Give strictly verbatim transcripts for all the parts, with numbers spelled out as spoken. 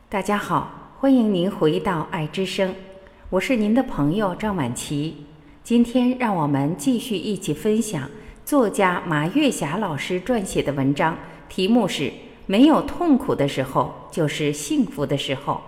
大家好，欢迎您回到爱之声，我是您的朋友张婉琪。今天让我们继续一起分享作家马月霞老师撰写的文章，题目是没有痛苦的时候就是幸福的时候。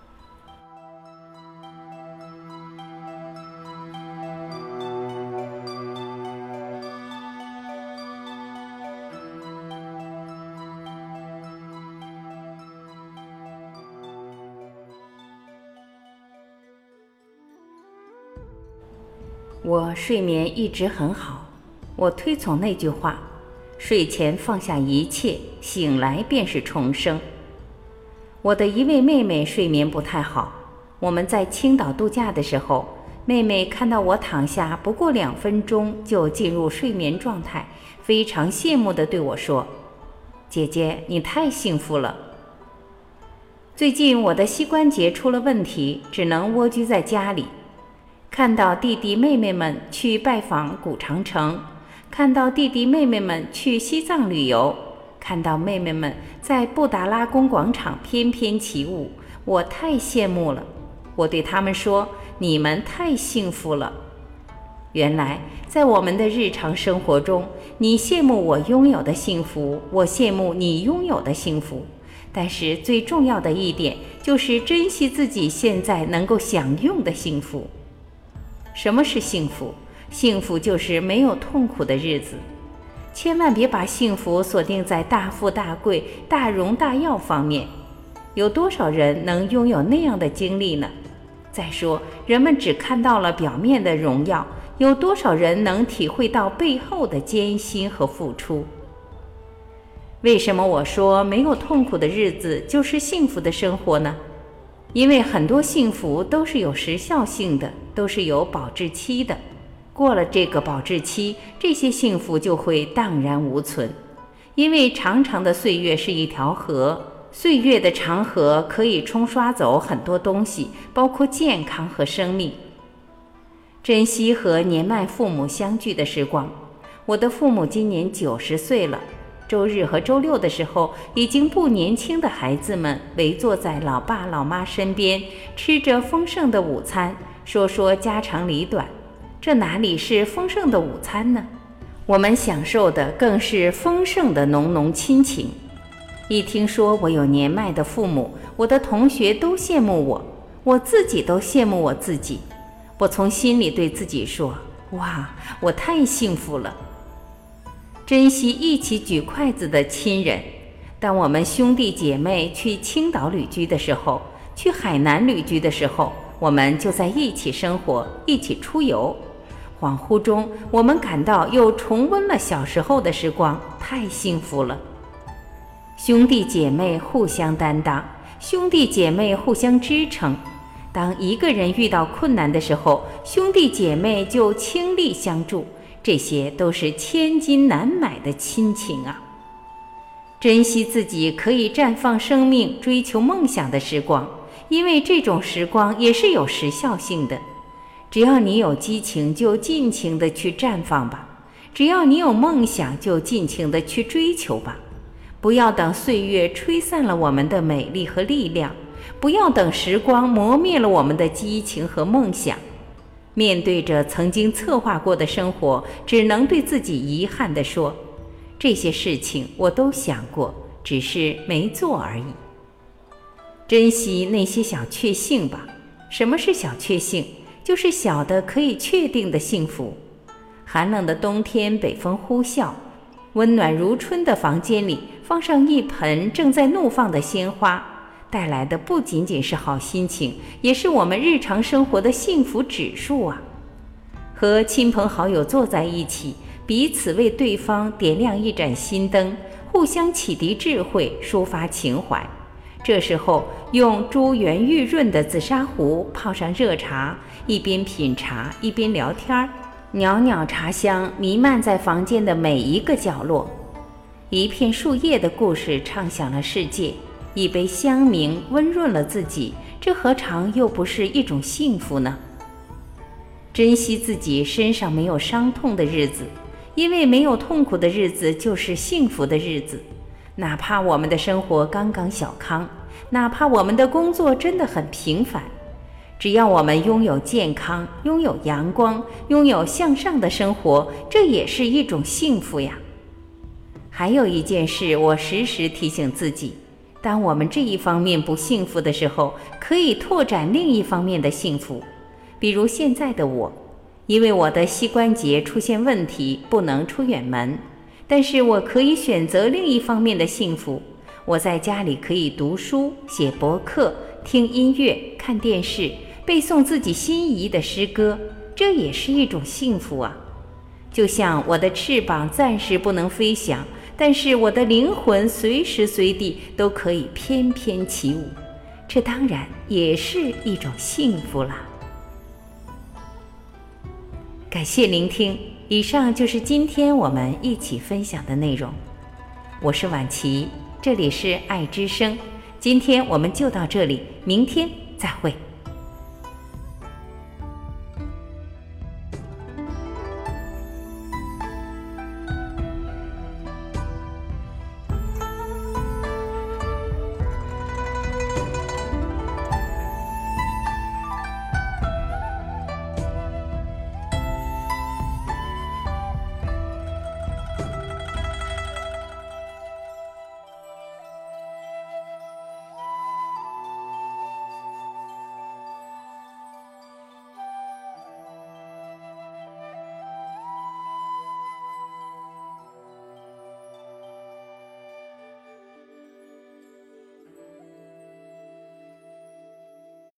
我睡眠一直很好，我推崇那句话，睡前放下一切，醒来便是重生。我的一位妹妹睡眠不太好，我们在青岛度假的时候，妹妹看到我躺下不过两分钟就进入睡眠状态，非常羡慕地对我说：姐姐，你太幸福了。最近我的膝关节出了问题，只能蜗居在家里。看到弟弟妹妹们去拜访古长城，看到弟弟妹妹们去西藏旅游，看到妹妹们在布达拉宫广场翩翩起舞，我太羡慕了。我对他们说，你们太幸福了。原来在我们的日常生活中，你羡慕我拥有的幸福，我羡慕你拥有的幸福，但是最重要的一点就是珍惜自己现在能够享用的幸福。什么是幸福？幸福就是没有痛苦的日子。千万别把幸福锁定在大富大贵、大荣大耀方面。有多少人能拥有那样的经历呢？再说，人们只看到了表面的荣耀，有多少人能体会到背后的艰辛和付出？为什么我说没有痛苦的日子就是幸福的生活呢？因为很多幸福都是有时效性的，都是有保质期的。过了这个保质期，这些幸福就会荡然无存。因为长长的岁月是一条河，岁月的长河可以冲刷走很多东西，包括健康和生命。珍惜和年迈父母相聚的时光。我的父母今年九十岁了。周日和周六的时候，已经不年轻的孩子们围坐在老爸老妈身边，吃着丰盛的午餐，说说家长里短。这哪里是丰盛的午餐呢？我们享受的更是丰盛的浓浓亲情。一听说我有年迈的父母，我的同学都羡慕我，我自己都羡慕我自己。我从心里对自己说，哇，我太幸福了。珍惜一起举筷子的亲人。当我们兄弟姐妹去青岛旅居的时候，去海南旅居的时候，我们就在一起生活，一起出游。恍惚中，我们感到又重温了小时候的时光，太幸福了。兄弟姐妹互相担当，兄弟姐妹互相支撑。当一个人遇到困难的时候，兄弟姐妹就倾力相助。这些都是千金难买的亲情啊！珍惜自己可以绽放生命、追求梦想的时光，因为这种时光也是有时效性的。只要你有激情，就尽情地去绽放吧；只要你有梦想，就尽情地去追求吧。不要等岁月吹散了我们的美丽和力量，不要等时光磨灭了我们的激情和梦想。面对着曾经策划过的生活，只能对自己遗憾地说，这些事情我都想过，只是没做而已。珍惜那些小确幸吧。什么是小确幸？就是小的可以确定的幸福。寒冷的冬天，北风呼啸，温暖如春的房间里放上一盆正在怒放的鲜花，带来的不仅仅是好心情，也是我们日常生活的幸福指数啊！和亲朋好友坐在一起，彼此为对方点亮一盏心灯，互相启迪智慧，抒发情怀。这时候，用珠圆玉润的紫砂壶泡上热茶，一边品茶一边聊天，袅袅茶香弥漫在房间的每一个角落。一片树叶的故事唱响了世界。一杯香茗温润了自己，这何尝又不是一种幸福呢？珍惜自己身上没有伤痛的日子，因为没有痛苦的日子就是幸福的日子。哪怕我们的生活刚刚小康， 哪怕我们的工作真的很平凡，只要我们拥有健康，拥有阳光，拥有向上的生活，这也是一种幸福呀。还有一件事，我时时提醒自己，当我们这一方面不幸福的时候，可以拓展另一方面的幸福。比如现在的我，因为我的膝关节出现问题，不能出远门，但是我可以选择另一方面的幸福。我在家里可以读书、写博客、听音乐、看电视，背诵自己心仪的诗歌，这也是一种幸福啊。就像我的翅膀暂时不能飞翔，但是我的灵魂随时随地都可以翩翩起舞，这当然也是一种幸福啦。感谢聆听，以上就是今天我们一起分享的内容。我是婉琪，这里是爱之声，今天我们就到这里，明天再会。